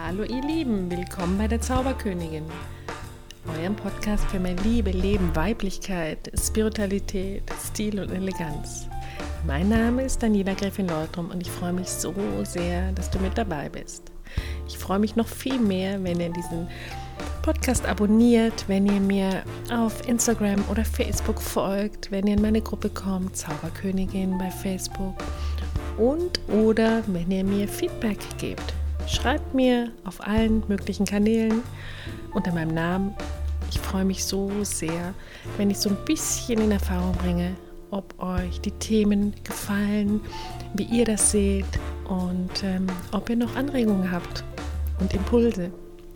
Hallo ihr Lieben, willkommen bei der Zauberkönigin, eurem Podcast für mehr Liebe, Leben, Weiblichkeit, Spiritualität, Stil und Eleganz. Mein Name ist Daniela Gräfin-Leutrum und ich freue mich so sehr, dass du mit dabei bist. Ich freue mich noch viel mehr, wenn ihr diesen Podcast abonniert, wenn ihr mir auf Instagram oder Facebook folgt, wenn ihr in meine Gruppe kommt, Zauberkönigin bei Facebook oder wenn ihr mir Feedback gebt. Schreibt mir auf allen möglichen Kanälen unter meinem Namen. Ich freue mich so sehr, wenn ich so ein bisschen in Erfahrung bringe, ob euch die Themen gefallen, wie ihr das seht und ob ihr noch Anregungen habt und Impulse.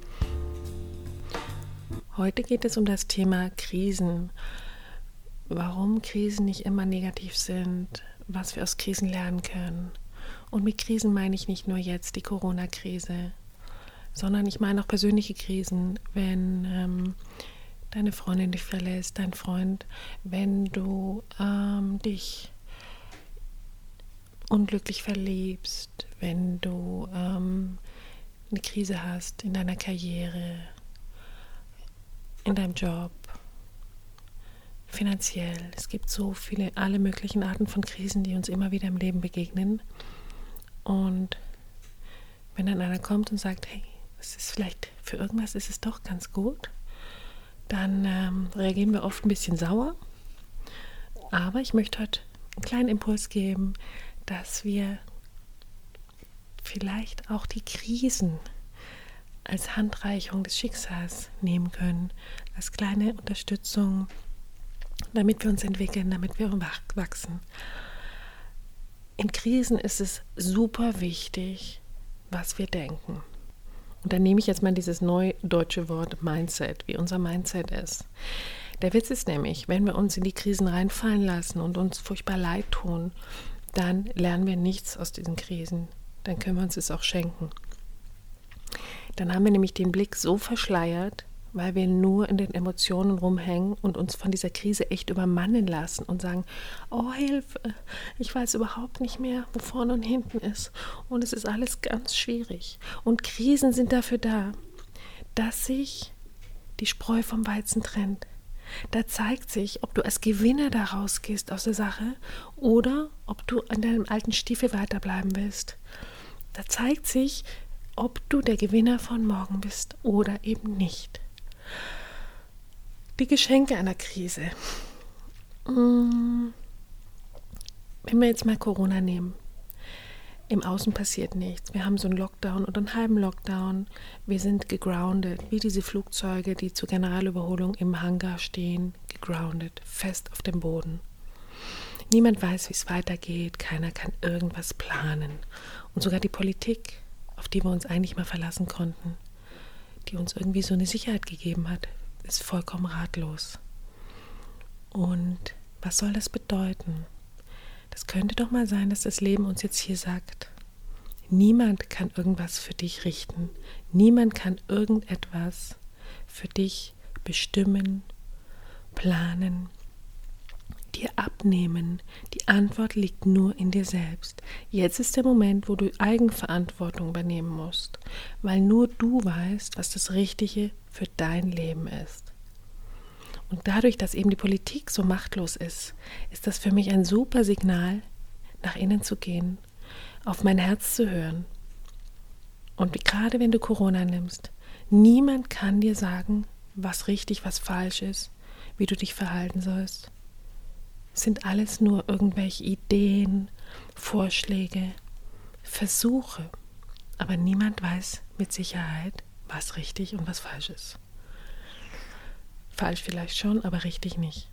Heute geht es um das Thema Krisen. Warum Krisen nicht immer negativ sind, was wir aus Krisen lernen können. Und mit Krisen meine ich nicht nur jetzt die Corona-Krise, sondern ich meine auch persönliche Krisen, wenn deine Freundin dich verlässt, dein Freund, wenn du dich unglücklich verliebst, wenn du eine Krise hast in deiner Karriere, in deinem Job, finanziell. Es gibt so viele, alle möglichen Arten von Krisen, die uns immer wieder im Leben begegnen. Und wenn dann einer kommt und sagt, hey, es ist vielleicht für irgendwas ist es doch ganz gut, dann reagieren wir oft ein bisschen sauer. Aber ich möchte heute einen kleinen Impuls geben, dass wir vielleicht auch die Krisen als Handreichung des Schicksals nehmen können, als kleine Unterstützung, damit wir uns entwickeln, damit wir wachsen. In Krisen ist es super wichtig, was wir denken. Und da nehme ich jetzt mal dieses neudeutsche Wort Mindset, wie unser Mindset ist. Der Witz ist nämlich, wenn wir uns in die Krisen reinfallen lassen und uns furchtbar leid tun, dann lernen wir nichts aus diesen Krisen. Dann können wir uns es auch schenken. Dann haben wir nämlich den Blick so verschleiert, weil wir nur in den Emotionen rumhängen und uns von dieser Krise echt übermannen lassen und sagen, oh Hilfe, ich weiß überhaupt nicht mehr, wo vorne und hinten ist und es ist alles ganz schwierig. Und Krisen sind dafür da, dass sich die Spreu vom Weizen trennt. Da zeigt sich, ob du als Gewinner da rausgehst aus der Sache oder ob du an deinem alten Stiefel weiterbleiben willst. Da zeigt sich, ob du der Gewinner von morgen bist oder eben nicht. Die Geschenke einer Krise. Wenn wir jetzt mal Corona nehmen. Im Außen passiert nichts. Wir haben so einen Lockdown oder einen halben Lockdown. Wir sind gegroundet, wie diese Flugzeuge, die zur Generalüberholung im Hangar stehen, gegroundet, fest auf dem Boden. Niemand weiß, wie es weitergeht. Keiner kann irgendwas planen. Und sogar die Politik, auf die wir uns eigentlich mal verlassen konnten, die uns irgendwie so eine Sicherheit gegeben hat, ist vollkommen ratlos. Und was soll das bedeuten? Das könnte doch mal sein, dass das Leben uns jetzt hier sagt, niemand kann irgendwas für dich richten. Niemand kann irgendetwas für dich bestimmen, planen, dir abnehmen. Die Antwort liegt nur in dir selbst. Jetzt ist der Moment, wo du Eigenverantwortung übernehmen musst, weil nur du weißt, was das Richtige für dein Leben ist. Und dadurch, dass eben die Politik so machtlos ist, ist das für mich ein super Signal, nach innen zu gehen, auf mein Herz zu hören. Und gerade wenn du Corona nimmst, niemand kann dir sagen, was richtig, was falsch ist, wie du dich verhalten sollst. Es sind alles nur irgendwelche Ideen, Vorschläge, Versuche. Aber niemand weiß mit Sicherheit, was richtig und was falsch ist. Falsch vielleicht schon, aber richtig nicht.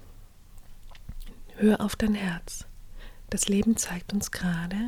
Hör auf dein Herz. Das Leben zeigt uns gerade,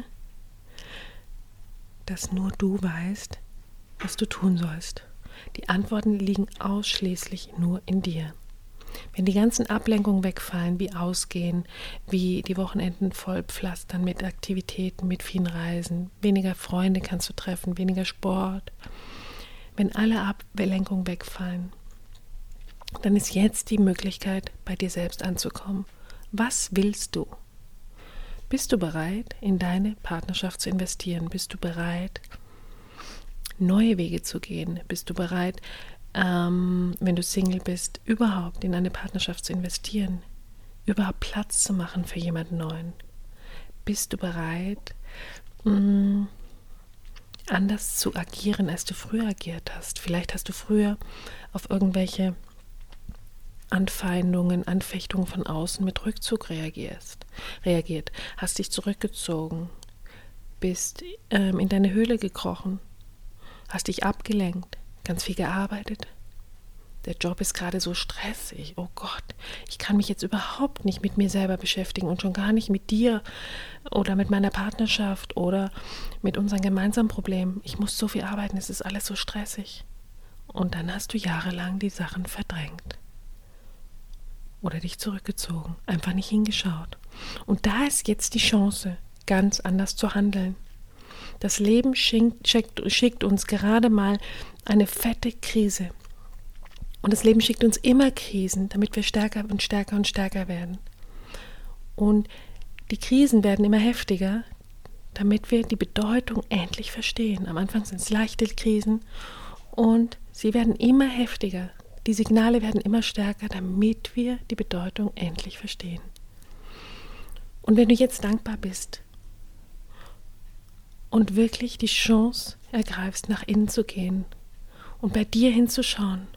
dass nur du weißt, was du tun sollst. Die Antworten liegen ausschließlich nur in dir. Wenn die ganzen Ablenkungen wegfallen, wie Ausgehen, wie die Wochenenden voll pflastern mit Aktivitäten, mit vielen Reisen, weniger Freunde kannst du treffen, weniger Sport. Wenn alle Ablenkungen wegfallen, dann ist jetzt die Möglichkeit, bei dir selbst anzukommen. Was willst du? Bist du bereit, in deine Partnerschaft zu investieren? Bist du bereit, neue Wege zu gehen? Bist du bereit, wenn du Single bist, überhaupt in eine Partnerschaft zu investieren? Überhaupt Platz zu machen für jemanden Neuen? Bist du bereit, anders zu agieren, als du früher agiert hast? Vielleicht hast du früher auf irgendwelche Anfeindungen, Anfechtungen von außen mit Rückzug reagiert, hast dich zurückgezogen, bist in deine Höhle gekrochen, hast dich abgelenkt, ganz viel gearbeitet. Der Job ist gerade so stressig. Oh Gott, ich kann mich jetzt überhaupt nicht mit mir selber beschäftigen und schon gar nicht mit dir oder mit meiner Partnerschaft oder mit unseren gemeinsamen Problemen. Ich muss so viel arbeiten, es ist alles so stressig. Und dann hast du jahrelang die Sachen verdrängt. Oder dich zurückgezogen, einfach nicht hingeschaut. Und da ist jetzt die Chance, ganz anders zu handeln. Das Leben schickt uns gerade mal eine fette Krise. Und das Leben schickt uns immer Krisen, damit wir stärker und stärker und stärker werden. Und die Krisen werden immer heftiger, damit wir die Bedeutung endlich verstehen. Am Anfang sind es leichte Krisen und sie werden immer heftiger. Die Signale werden immer stärker, damit wir die Bedeutung endlich verstehen. Und wenn du jetzt dankbar bist und wirklich die Chance ergreifst, nach innen zu gehen und bei dir hinzuschauen,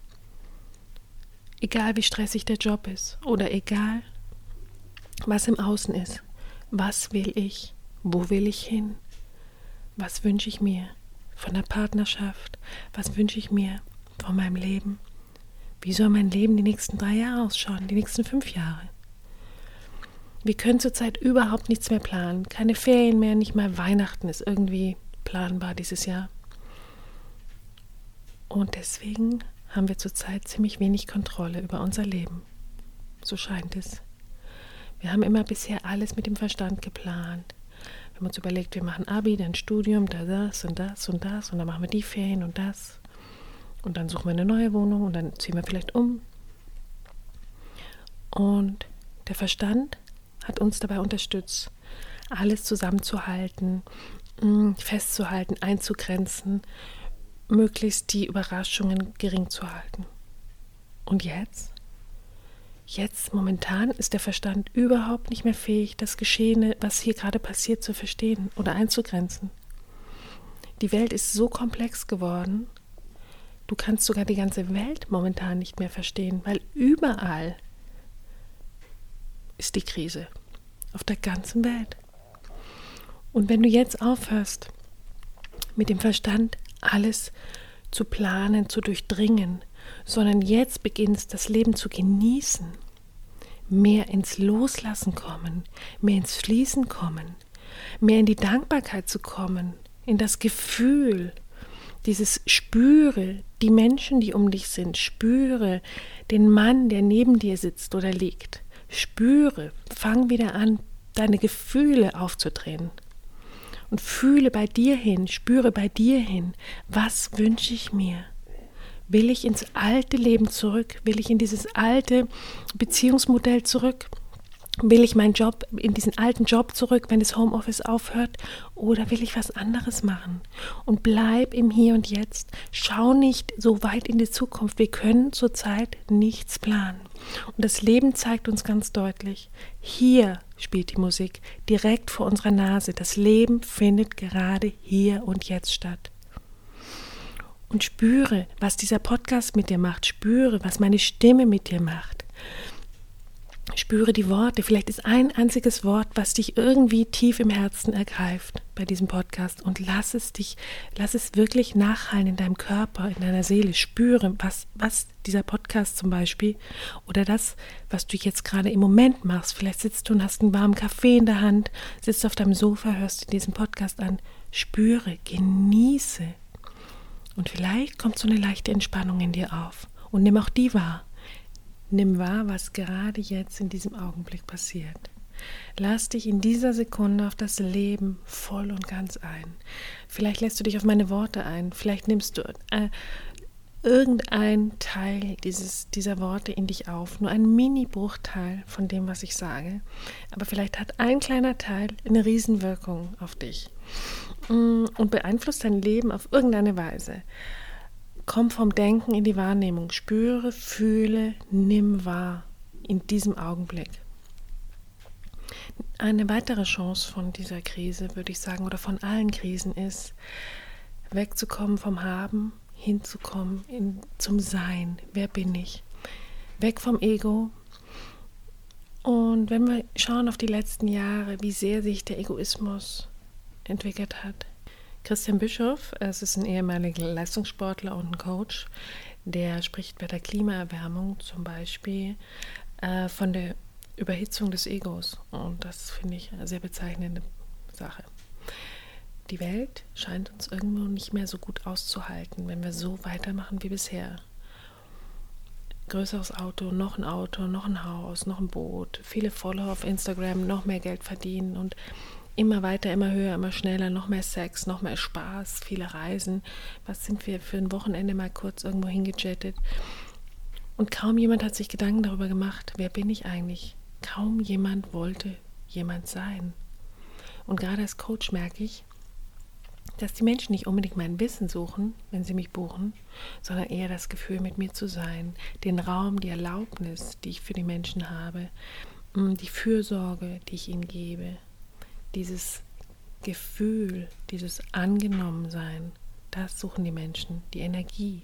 egal wie stressig der Job ist oder egal, was im Außen ist, was will ich, wo will ich hin, was wünsche ich mir von der Partnerschaft, was wünsche ich mir von meinem Leben, wie soll mein Leben die nächsten 3 Jahre ausschauen, die nächsten 5 Jahre. Wir können zurzeit überhaupt nichts mehr planen, keine Ferien mehr, nicht mal Weihnachten ist irgendwie planbar dieses Jahr. Und deswegen haben wir zurzeit ziemlich wenig Kontrolle über unser Leben. So scheint es. Wir haben immer bisher alles mit dem Verstand geplant. Wir haben uns überlegt, wir machen Abi, dann Studium, da das und das und das und dann machen wir die Ferien und das. Und dann suchen wir eine neue Wohnung und dann ziehen wir vielleicht um. Und der Verstand hat uns dabei unterstützt, alles zusammenzuhalten, festzuhalten, einzugrenzen, möglichst die Überraschungen gering zu halten. Und jetzt? Jetzt momentan ist der Verstand überhaupt nicht mehr fähig, das Geschehene, was hier gerade passiert, zu verstehen oder einzugrenzen. Die Welt ist so komplex geworden, du kannst sogar die ganze Welt momentan nicht mehr verstehen, weil überall ist die Krise. Auf der ganzen Welt. Und wenn du jetzt aufhörst, mit dem Verstand alles zu planen, zu durchdringen, sondern jetzt beginnst, das Leben zu genießen, mehr ins Loslassen kommen, mehr ins Fließen kommen, mehr in die Dankbarkeit zu kommen, in das Gefühl, dieses Spüre die Menschen, die um dich sind, spüre den Mann, der neben dir sitzt oder liegt, spüre, fang wieder an, deine Gefühle aufzudrehen und fühle bei dir hin, spüre bei dir hin, was wünsche ich mir? Will ich ins alte Leben zurück? Will ich in dieses alte Beziehungsmodell zurück? Will ich meinen Job, in diesen alten Job zurück, wenn das Homeoffice aufhört? Oder will ich was anderes machen? Und bleib im Hier und Jetzt. Schau nicht so weit in die Zukunft. Wir können zurzeit nichts planen. Und das Leben zeigt uns ganz deutlich, hier spielt die Musik direkt vor unserer Nase. Das Leben findet gerade hier und jetzt statt. Und spüre, was dieser Podcast mit dir macht. Spüre, was meine Stimme mit dir macht. Spüre die Worte. Vielleicht ist ein einziges Wort, was dich irgendwie tief im Herzen ergreift bei diesem Podcast. Und lass es wirklich nachhallen in deinem Körper, in deiner Seele. Spüre, was dieser Podcast zum Beispiel oder das, was du jetzt gerade im Moment machst. Vielleicht sitzt du und hast einen warmen Kaffee in der Hand, sitzt auf deinem Sofa, hörst dir diesen Podcast an. Spüre, genieße. Und vielleicht kommt so eine leichte Entspannung in dir auf. Und nimm auch die wahr. Nimm wahr, was gerade jetzt in diesem Augenblick passiert. Lass dich in dieser Sekunde auf das Leben voll und ganz ein. Vielleicht lässt du dich auf meine Worte ein. Vielleicht nimmst du irgendein Teil dieser Worte in dich auf, nur ein Mini-Bruchteil von dem, was ich sage. Aber vielleicht hat ein kleiner Teil eine Riesenwirkung auf dich und beeinflusst dein Leben auf irgendeine Weise. Komm vom Denken in die Wahrnehmung, spüre, fühle, nimm wahr in diesem Augenblick. Eine weitere Chance von dieser Krise, würde ich sagen, oder von allen Krisen ist, wegzukommen vom Haben, hinzukommen zum Sein. Wer bin ich? Weg vom Ego. Und wenn wir schauen auf die letzten Jahre, wie sehr sich der Egoismus entwickelt hat. Christian Bischoff, es ist ein ehemaliger Leistungssportler und ein Coach, der spricht bei der Klimaerwärmung zum Beispiel von der Überhitzung des Egos. Und das finde ich eine sehr bezeichnende Sache. Die Welt scheint uns irgendwo nicht mehr so gut auszuhalten, wenn wir so weitermachen wie bisher. Größeres Auto, noch ein Haus, noch ein Boot, viele Follower auf Instagram, noch mehr Geld verdienen und immer weiter, immer höher, immer schneller, noch mehr Sex, noch mehr Spaß, viele Reisen. Was sind wir für ein Wochenende mal kurz irgendwo hingejettet? Und kaum jemand hat sich Gedanken darüber gemacht, wer bin ich eigentlich? Kaum jemand wollte jemand sein. Und gerade als Coach merke ich, dass die Menschen nicht unbedingt mein Wissen suchen, wenn sie mich buchen, sondern eher das Gefühl, mit mir zu sein, den Raum, die Erlaubnis, die ich für die Menschen habe, die Fürsorge, die ich ihnen gebe, dieses Gefühl, dieses Angenommensein, das suchen die Menschen, die Energie.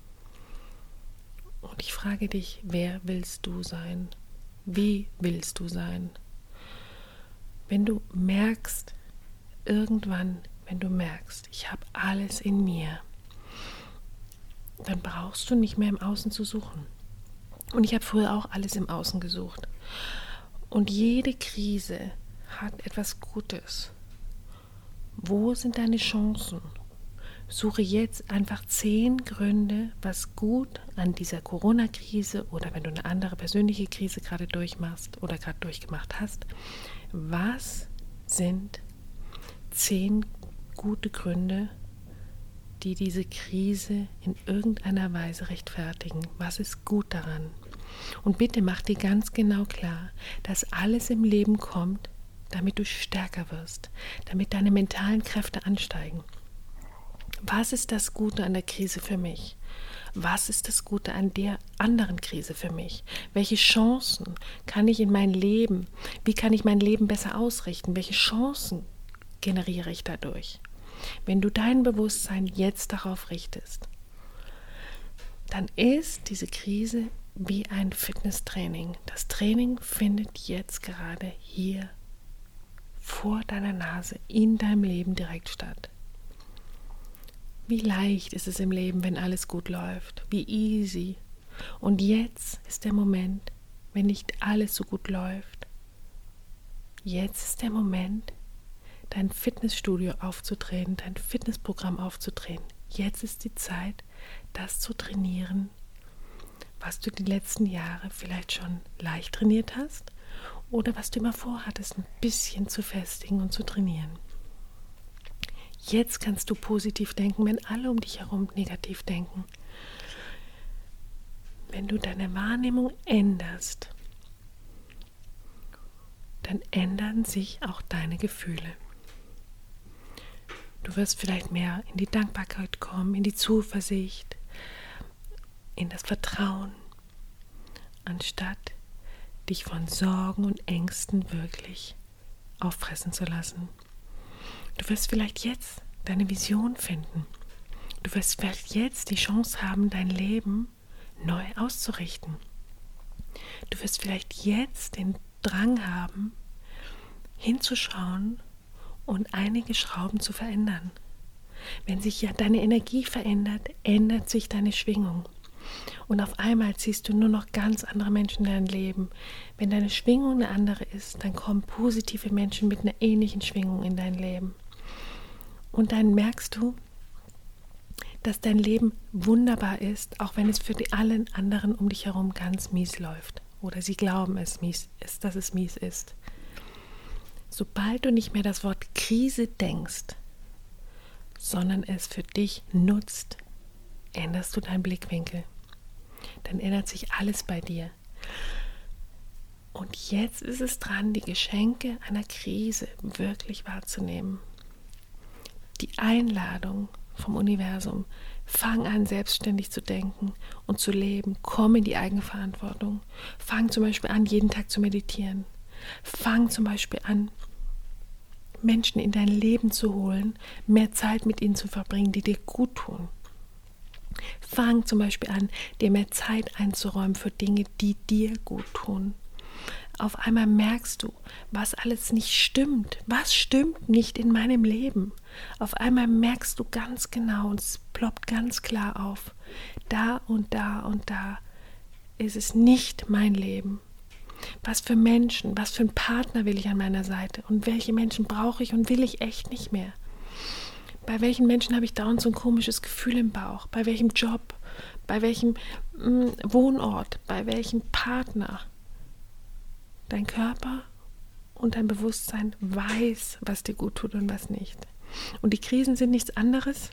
Und ich frage dich, wer willst du sein? Wie willst du sein? Wenn du merkst, irgendwann, wenn du merkst, ich habe alles in mir, dann brauchst du nicht mehr im Außen zu suchen. Und ich habe früher auch alles im Außen gesucht. Und jede Krise hat etwas Gutes. Wo sind deine Chancen? Suche jetzt einfach 10 Gründe, was gut an dieser Corona-Krise oder wenn du eine andere persönliche Krise gerade durchmachst oder gerade durchgemacht hast, was sind 10 gute Gründe, die diese Krise in irgendeiner Weise rechtfertigen? Was ist gut daran? Und bitte mach dir ganz genau klar, dass alles im Leben kommt, damit du stärker wirst, damit deine mentalen Kräfte ansteigen. Was ist das Gute an der Krise für mich? Was ist das Gute an der anderen Krise für mich? Welche Chancen kann ich in mein Leben, wie kann ich mein Leben besser ausrichten? Welche Chancen generiere ich dadurch? Wenn du dein Bewusstsein jetzt darauf richtest, dann ist diese Krise wie ein Fitnesstraining. Das Training findet jetzt gerade hier vor deiner Nase in deinem Leben direkt statt. Wie leicht ist es im Leben, wenn alles gut läuft, wie easy. Und jetzt ist der Moment, wenn nicht alles so gut läuft. Jetzt ist der Moment, dein Fitnessstudio aufzudrehen, dein Fitnessprogramm aufzudrehen. Jetzt ist die Zeit, das zu trainieren, was du die letzten Jahre vielleicht schon leicht trainiert hast oder was du immer vorhattest, ein bisschen zu festigen und zu trainieren. Jetzt kannst du positiv denken, wenn alle um dich herum negativ denken. Wenn du deine Wahrnehmung änderst, dann ändern sich auch deine Gefühle. Du wirst vielleicht mehr in die Dankbarkeit kommen, in die Zuversicht, in das Vertrauen, anstatt dich von Sorgen und Ängsten wirklich auffressen zu lassen. Du wirst vielleicht jetzt deine Vision finden. Du wirst vielleicht jetzt die Chance haben, dein Leben neu auszurichten. Du wirst vielleicht jetzt den Drang haben, hinzuschauen und einige Schrauben zu verändern. Wenn sich ja deine Energie verändert, ändert sich deine Schwingung. Und auf einmal ziehst du nur noch ganz andere Menschen in dein Leben. Wenn deine Schwingung eine andere ist, dann kommen positive Menschen mit einer ähnlichen Schwingung in dein Leben. Und dann merkst du, dass dein Leben wunderbar ist, auch wenn es für die allen anderen um dich herum ganz mies läuft. Oder sie glauben, dass es mies ist. Sobald du nicht mehr das Wort Krise denkst, sondern es für dich nutzt, änderst du deinen Blickwinkel. Dann ändert sich alles bei dir. Und jetzt ist es dran, die Geschenke einer Krise wirklich wahrzunehmen. Die Einladung vom Universum, fang an, selbstständig zu denken und zu leben. Komm in die Eigenverantwortung. Fang zum Beispiel an, jeden Tag zu meditieren. Fang zum Beispiel an, Menschen in dein Leben zu holen, mehr Zeit mit ihnen zu verbringen, die dir gut tun. Fang zum Beispiel an, dir mehr Zeit einzuräumen für Dinge, die dir gut tun. Auf einmal merkst du, was alles nicht stimmt. Was stimmt nicht in meinem Leben? Auf einmal merkst du ganz genau und es ploppt ganz klar auf. Da und da und da ist es nicht mein Leben. Was für Menschen, was für einen Partner will ich an meiner Seite? Und welche Menschen brauche ich und will ich echt nicht mehr? Bei welchen Menschen habe ich dauernd so ein komisches Gefühl im Bauch? Bei welchem Job? Bei welchem Wohnort? Bei welchem Partner? Dein Körper und dein Bewusstsein weiß, was dir gut tut und was nicht. Und die Krisen sind nichts anderes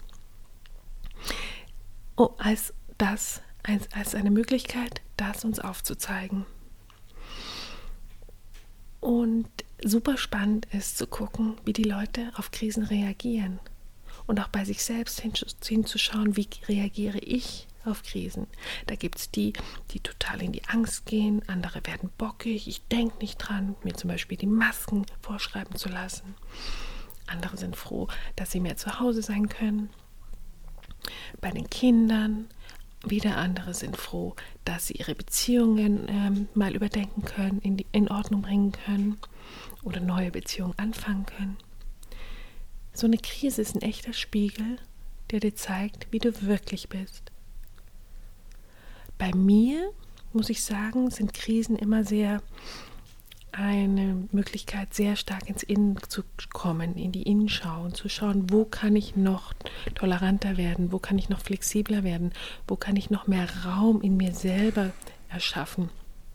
als eine Möglichkeit, das uns aufzuzeigen. Und super spannend ist zu gucken, wie die Leute auf Krisen reagieren. Und auch bei sich selbst hinzuschauen, wie reagiere ich auf Krisen. Da gibt es die total in die Angst gehen, andere werden bockig, ich denke nicht dran, mir zum Beispiel die Masken vorschreiben zu lassen. Andere sind froh, dass sie mehr zu Hause sein können. Bei den Kindern, wieder andere sind froh, dass sie ihre Beziehungen mal überdenken können, in Ordnung bringen können oder neue Beziehungen anfangen können. So eine Krise ist ein echter Spiegel, der dir zeigt, wie du wirklich bist. Bei mir, muss ich sagen, sind Krisen immer sehr eine Möglichkeit, sehr stark ins Innen zu kommen, in die Innenschau und zu schauen, wo kann ich noch toleranter werden, wo kann ich noch flexibler werden, wo kann ich noch mehr Raum in mir selber erschaffen.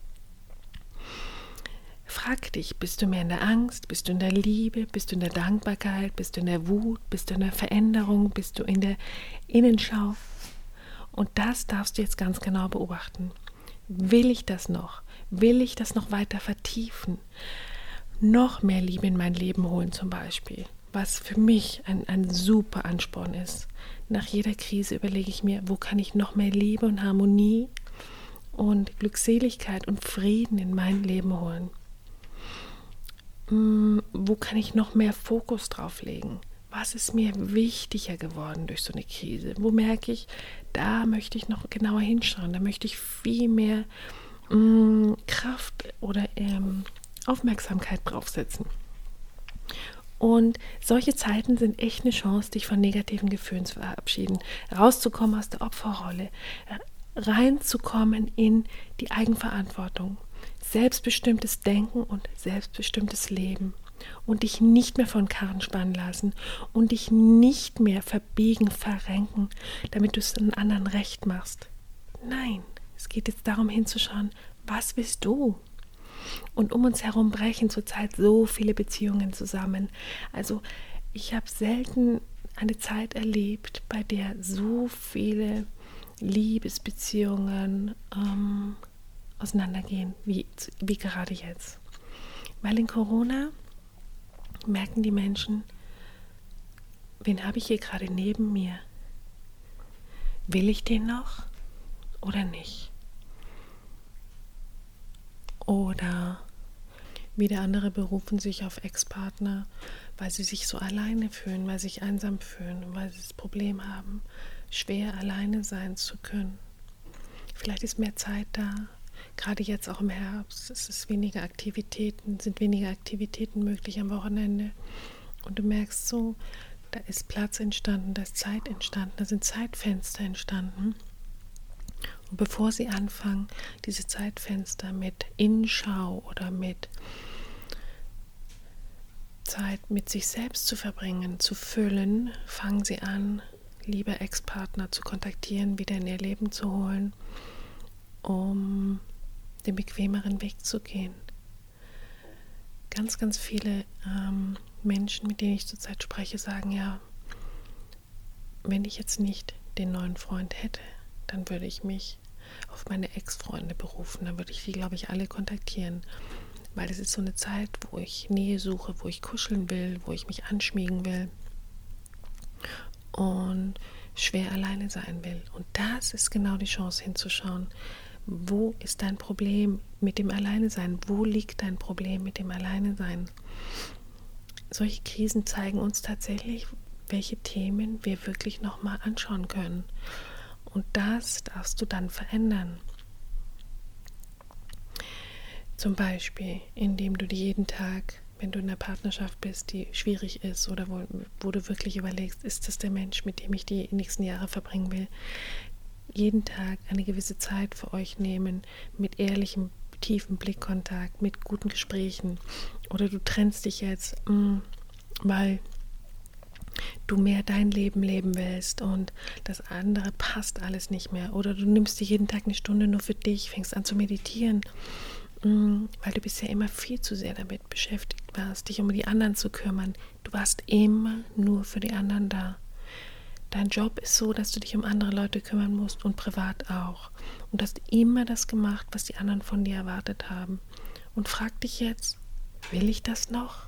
Frag dich, bist du mehr in der Angst, bist du in der Liebe, bist du in der Dankbarkeit, bist du in der Wut, bist du in der Veränderung, bist du in der Innenschau? Und das darfst du jetzt ganz genau beobachten. Will ich das noch? Will ich das noch weiter vertiefen? Noch mehr Liebe in mein Leben holen zum Beispiel, was für mich ein super Ansporn ist. Nach jeder Krise überlege ich mir, wo kann ich noch mehr Liebe und Harmonie und Glückseligkeit und Frieden in mein Leben holen? Wo kann ich noch mehr Fokus drauf legen? Was ist mir wichtiger geworden durch so eine Krise? Wo merke ich, da möchte ich noch genauer hinschauen, da möchte ich viel mehr Kraft oder Aufmerksamkeit draufsetzen. Und solche Zeiten sind echt eine Chance, dich von negativen Gefühlen zu verabschieden, rauszukommen aus der Opferrolle, reinzukommen in die Eigenverantwortung, selbstbestimmtes Denken und selbstbestimmtes Leben. Und dich nicht mehr von Karren spannen lassen und dich nicht mehr verbiegen, verrenken, damit du es den anderen recht machst. Nein, es geht jetzt darum hinzuschauen, was bist du? Und um uns herum brechen zurzeit so viele Beziehungen zusammen. Also ich habe selten eine Zeit erlebt, bei der so viele Liebesbeziehungen auseinandergehen, wie gerade jetzt. Weil in Corona merken die Menschen, wen habe ich hier gerade neben mir? Will ich den noch oder nicht? Oder wieder andere berufen sich auf Ex-Partner, weil sie sich so alleine fühlen, weil sie sich einsam fühlen, weil sie das Problem haben, schwer alleine sein zu können. Vielleicht ist mehr Zeit da. Gerade jetzt auch im Herbst sind weniger Aktivitäten möglich am Wochenende. Und du merkst so, da ist Platz entstanden, da ist Zeit entstanden, da sind Zeitfenster entstanden. Und bevor sie anfangen, diese Zeitfenster mit Innenschau oder mit Zeit mit sich selbst zu verbringen, zu füllen, fangen sie an, liebe Ex-Partner zu kontaktieren, wieder in ihr Leben zu holen, um den bequemeren Weg zu gehen. Ganz, ganz viele Menschen, mit denen ich zurzeit spreche, sagen ja, wenn ich jetzt nicht den neuen Freund hätte, dann würde ich mich auf meine Ex-Freunde berufen. Dann würde ich die, glaube ich, alle kontaktieren. Weil es ist so eine Zeit, wo ich Nähe suche, wo ich kuscheln will, wo ich mich anschmiegen will und schwer alleine sein will. Und das ist genau die Chance hinzuschauen. Wo ist dein Problem mit dem Alleinesein? Wo liegt dein Problem mit dem Alleinesein? Solche Krisen zeigen uns tatsächlich, welche Themen wir wirklich nochmal anschauen können. Und das darfst du dann verändern. Zum Beispiel, indem du dir jeden Tag, wenn du in einer Partnerschaft bist, die schwierig ist oder wo du wirklich überlegst, ist das der Mensch, mit dem ich die nächsten Jahre verbringen will, jeden Tag eine gewisse Zeit für euch nehmen, mit ehrlichem, tiefem Blickkontakt, mit guten Gesprächen. Oder du trennst dich jetzt, weil du mehr dein Leben leben willst und das andere passt alles nicht mehr. Oder du nimmst dir jeden Tag eine Stunde nur für dich, fängst an zu meditieren, weil du bisher immer viel zu sehr damit beschäftigt warst, dich um die anderen zu kümmern. Du warst immer nur für die anderen da. Dein Job ist so, dass du dich um andere Leute kümmern musst und privat auch. Und du hast immer das gemacht, was die anderen von dir erwartet haben. Und frag dich jetzt, will ich das noch?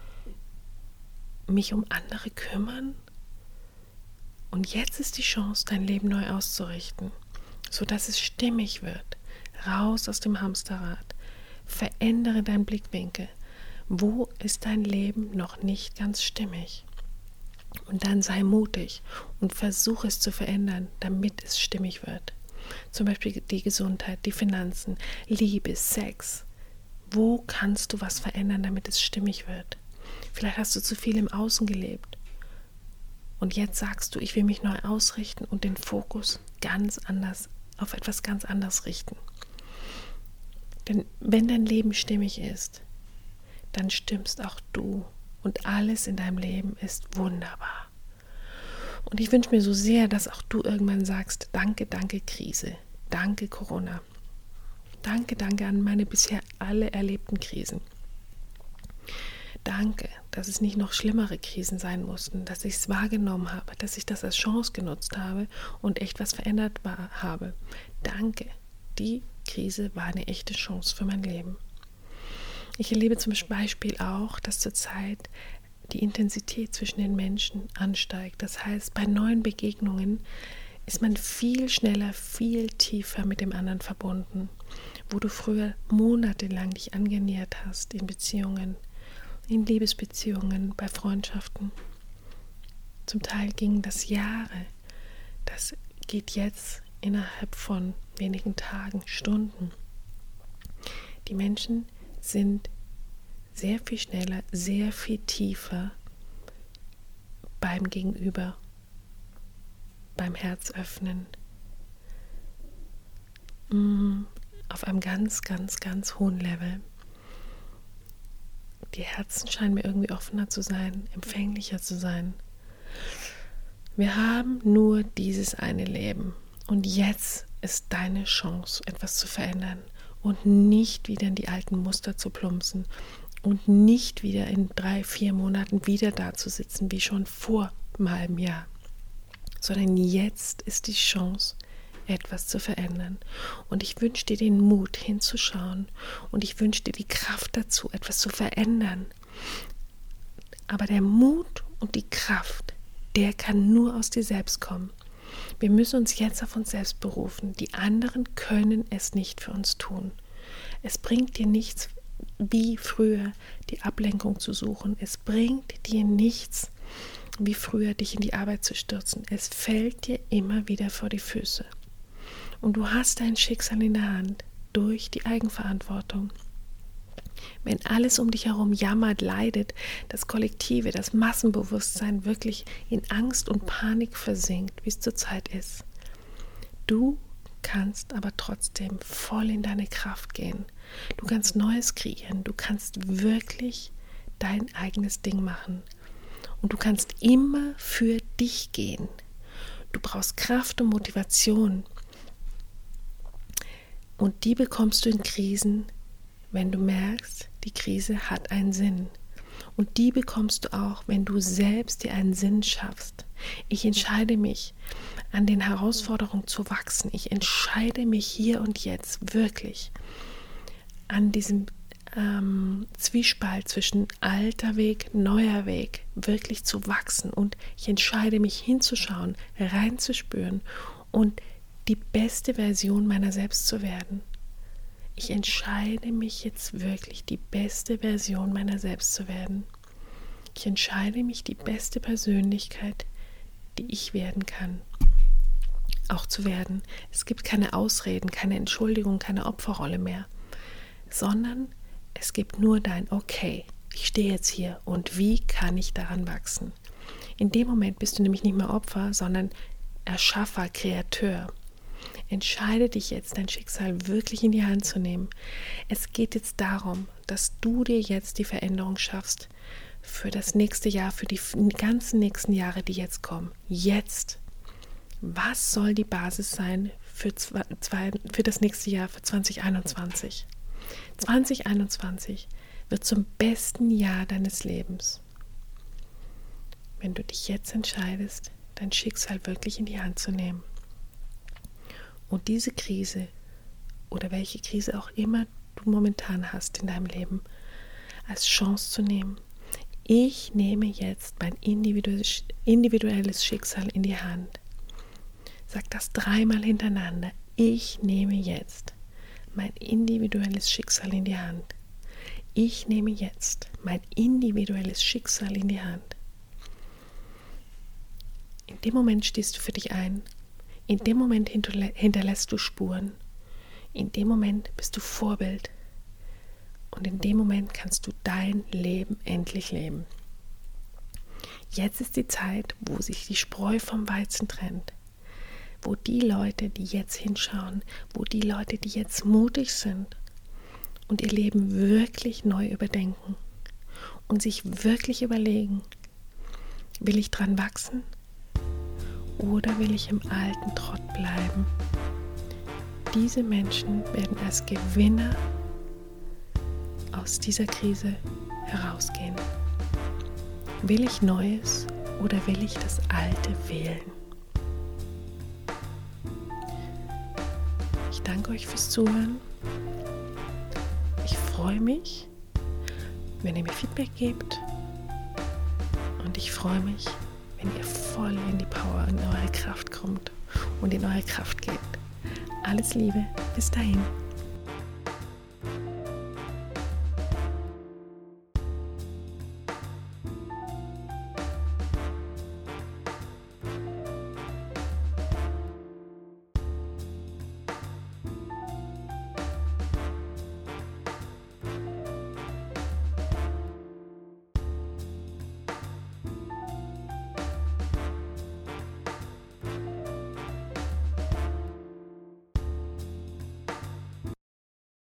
Mich um andere kümmern? Und jetzt ist die Chance, dein Leben neu auszurichten, sodass es stimmig wird. Raus aus dem Hamsterrad. Verändere deinen Blickwinkel. Wo ist dein Leben noch nicht ganz stimmig? Und dann sei mutig und versuche es zu verändern, damit es stimmig wird. Zum Beispiel die Gesundheit, die Finanzen, Liebe, Sex. Wo kannst du was verändern, damit es stimmig wird? Vielleicht hast du zu viel im Außen gelebt. Und jetzt sagst du, ich will mich neu ausrichten und den Fokus ganz anders, auf etwas ganz anderes richten. Denn wenn dein Leben stimmig ist, dann stimmst auch du. Und alles in deinem Leben ist wunderbar. Und ich wünsche mir so sehr, dass auch du irgendwann sagst, danke, danke Krise, danke Corona, danke, danke an meine bisher alle erlebten Krisen. Danke, dass es nicht noch schlimmere Krisen sein mussten, dass ich es wahrgenommen habe, dass ich das als Chance genutzt habe und echt was verändert habe. Danke, die Krise war eine echte Chance für mein Leben. Ich erlebe zum Beispiel auch, dass zurzeit die Intensität zwischen den Menschen ansteigt. Das heißt, bei neuen Begegnungen ist man viel schneller, viel tiefer mit dem anderen verbunden. Wo du früher monatelang dich angenähert hast in Beziehungen, in Liebesbeziehungen, bei Freundschaften. Zum Teil gingen das Jahre. Das geht jetzt innerhalb von wenigen Tagen, Stunden. Die Menschen sind sehr viel schneller, sehr viel tiefer beim Gegenüber, beim Herzöffnen, auf einem ganz, ganz, ganz hohen Level. Die Herzen scheinen mir irgendwie offener zu sein, empfänglicher zu sein. Wir haben nur dieses eine Leben und jetzt ist deine Chance, etwas zu verändern. Und nicht wieder in die alten Muster zu plumpsen und nicht wieder in 3-4 Monaten wieder da zu sitzen, wie schon vor einem halben Jahr. Sondern jetzt ist die Chance, etwas zu verändern. Und ich wünsche dir den Mut hinzuschauen und ich wünsche dir die Kraft dazu, etwas zu verändern. Aber der Mut und die Kraft, der kann nur aus dir selbst kommen. Wir müssen uns jetzt auf uns selbst berufen. Die anderen können es nicht für uns tun. Es bringt dir nichts, wie früher die Ablenkung zu suchen. Es bringt dir nichts, wie früher dich in die Arbeit zu stürzen. Es fällt dir immer wieder vor die Füße. Und du hast dein Schicksal in der Hand durch die Eigenverantwortung. Wenn alles um dich herum jammert, leidet, das Kollektive, das Massenbewusstsein wirklich in Angst und Panik versinkt, wie es zurzeit ist. Du kannst aber trotzdem voll in deine Kraft gehen. Du kannst Neues kreieren, du kannst wirklich dein eigenes Ding machen. Und du kannst immer für dich gehen. Du brauchst Kraft und Motivation. Und die bekommst du in Krisen, wenn du merkst, die Krise hat einen Sinn. Und die bekommst du auch, wenn du selbst dir einen Sinn schaffst. Ich entscheide mich, an den Herausforderungen zu wachsen. Ich entscheide mich hier und jetzt wirklich an diesem Zwiespalt zwischen alter Weg, neuer Weg wirklich zu wachsen, und ich entscheide mich hinzuschauen, reinzuspüren und die beste Version meiner selbst zu werden. Ich entscheide mich jetzt wirklich, die beste Version meiner selbst zu werden. Ich entscheide mich, die beste Persönlichkeit, die ich werden kann, auch zu werden. Es gibt keine Ausreden, keine Entschuldigung, keine Opferrolle mehr, sondern es gibt nur dein Okay, ich stehe jetzt hier und wie kann ich daran wachsen? In dem Moment bist du nämlich nicht mehr Opfer, sondern Erschaffer, Kreateur. Entscheide dich jetzt, dein Schicksal wirklich in die Hand zu nehmen. Es geht jetzt darum, dass du dir jetzt die Veränderung schaffst für das nächste Jahr, für die ganzen nächsten Jahre, die jetzt kommen. Jetzt. Was soll die Basis sein für das nächste Jahr, für 2021? 2021 wird zum besten Jahr deines Lebens, wenn du dich jetzt entscheidest, dein Schicksal wirklich in die Hand zu nehmen und diese Krise oder welche Krise auch immer du momentan hast in deinem Leben als Chance zu nehmen. Ich nehme jetzt mein individuelles Schicksal in die Hand. Sag das 3-mal hintereinander. Ich nehme jetzt mein individuelles Schicksal in die Hand. Ich nehme jetzt mein individuelles Schicksal in die Hand. In dem Moment stehst du für dich ein. In dem Moment hinterlässt du Spuren. In dem Moment bist du Vorbild. Und in dem Moment kannst du dein Leben endlich leben. Jetzt ist die Zeit, wo sich die Spreu vom Weizen trennt. Wo die Leute, die jetzt hinschauen, wo die Leute, die jetzt mutig sind und ihr Leben wirklich neu überdenken und sich wirklich überlegen, will ich dran wachsen oder will ich im alten Trott bleiben? Diese Menschen werden als Gewinner aus dieser Krise herausgehen. Will ich Neues oder will ich das Alte wählen? Ich danke euch fürs Zuhören. Ich freue mich, wenn ihr mir Feedback gebt. Und ich freue mich, wenn ihr voll in die Power, in eure Kraft kommt und in eure Kraft geht. Alles Liebe, bis dahin.